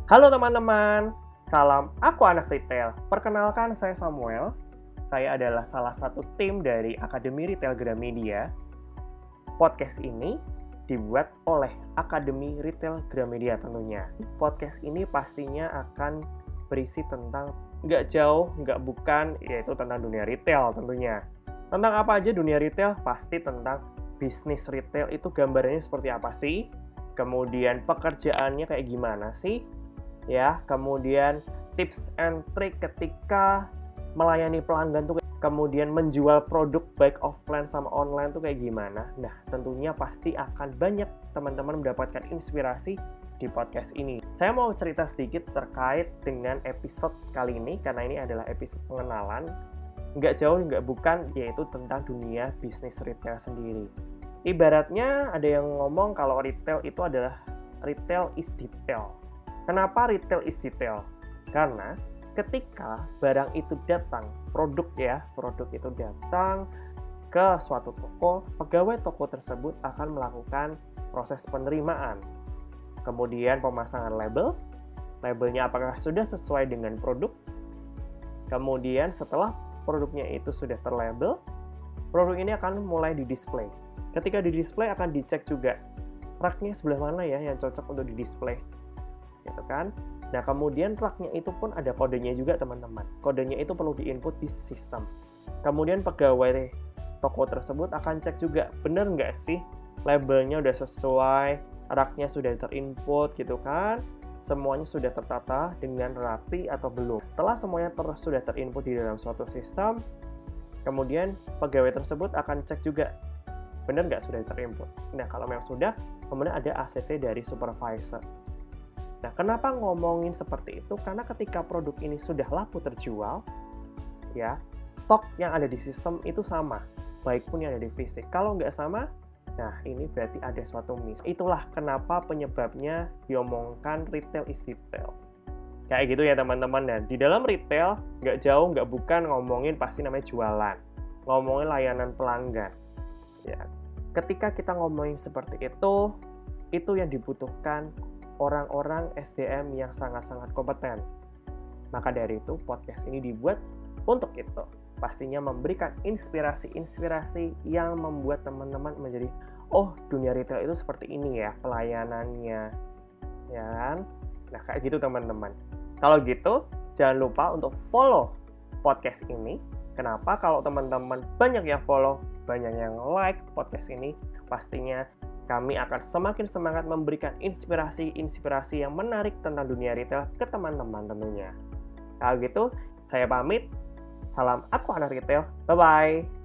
Halo teman-teman, salam aku anak retail. Perkenalkan saya Samuel. Saya adalah salah satu tim dari Akademi Retail Gramedia. Podcast ini dibuat oleh Akademi Retail Gramedia tentunya. Podcast ini pastinya akan berisi tentang nggak jauh, nggak bukan, yaitu tentang dunia retail tentunya. Tentang apa aja dunia retail? Pasti tentang bisnis retail itu gambarannya seperti apa sih? Kemudian pekerjaannya kayak gimana sih? Ya, kemudian tips and trick ketika melayani pelanggan tuh, kemudian menjual produk baik offline sama online tuh kayak gimana. Nah, tentunya pasti akan banyak teman-teman mendapatkan inspirasi di podcast ini. Saya mau cerita sedikit terkait dengan episode kali ini, karena ini adalah episode pengenalan. Nggak jauh, nggak bukan, yaitu tentang dunia bisnis retail sendiri. Ibaratnya ada yang ngomong kalau retail itu adalah retail is detail. Kenapa retail is detail? Karena ketika barang itu datang, produk itu datang ke suatu toko, pegawai toko tersebut akan melakukan proses penerimaan. Kemudian pemasangan labelnya apakah sudah sesuai dengan produk. Kemudian setelah produknya itu sudah terlabel, produk ini akan mulai didisplay. Ketika didisplay akan dicek juga raknya sebelah mana ya yang cocok untuk didisplay. Gitu kan. Nah, kemudian raknya itu pun ada kodenya juga, teman-teman. Kodenya itu perlu diinput di sistem. Kemudian pegawai toko tersebut akan cek juga, benar nggak sih labelnya udah sesuai, raknya sudah terinput gitu kan, semuanya sudah tertata dengan rapi atau belum. Setelah semuanya sudah terinput di dalam suatu sistem, kemudian pegawai tersebut akan cek juga, benar nggak sudah terinput. Nah, kalau memang sudah, kemudian ada ACC dari supervisor. Nah, kenapa ngomongin seperti itu? Karena ketika produk ini sudah laku terjual, ya, stok yang ada di sistem itu sama, baik pun yang ada di fisik. Kalau nggak sama, nah ini berarti ada suatu miss. Itulah kenapa penyebabnya diomongkan retail is detail. Kayak gitu ya teman-teman. Dan di dalam retail, nggak jauh, nggak bukan ngomongin pasti namanya jualan. Ngomongin layanan pelanggan. Ya. Ketika kita ngomongin seperti itu yang dibutuhkan orang-orang SDM yang sangat-sangat kompeten. Maka dari itu, podcast ini dibuat untuk itu. Pastinya memberikan inspirasi-inspirasi yang membuat teman-teman menjadi, oh, dunia retail itu seperti ini ya, pelayanannya. Ya kan? Nah, kayak gitu teman-teman. Kalau gitu, jangan lupa untuk follow podcast ini. Kenapa? Kalau teman-teman banyak yang follow, banyak yang like podcast ini, pastinya kami akan semakin semangat memberikan inspirasi-inspirasi yang menarik tentang dunia retail ke teman-teman tentunya. Kalau gitu, saya pamit. Salam aku anak retail. Bye-bye.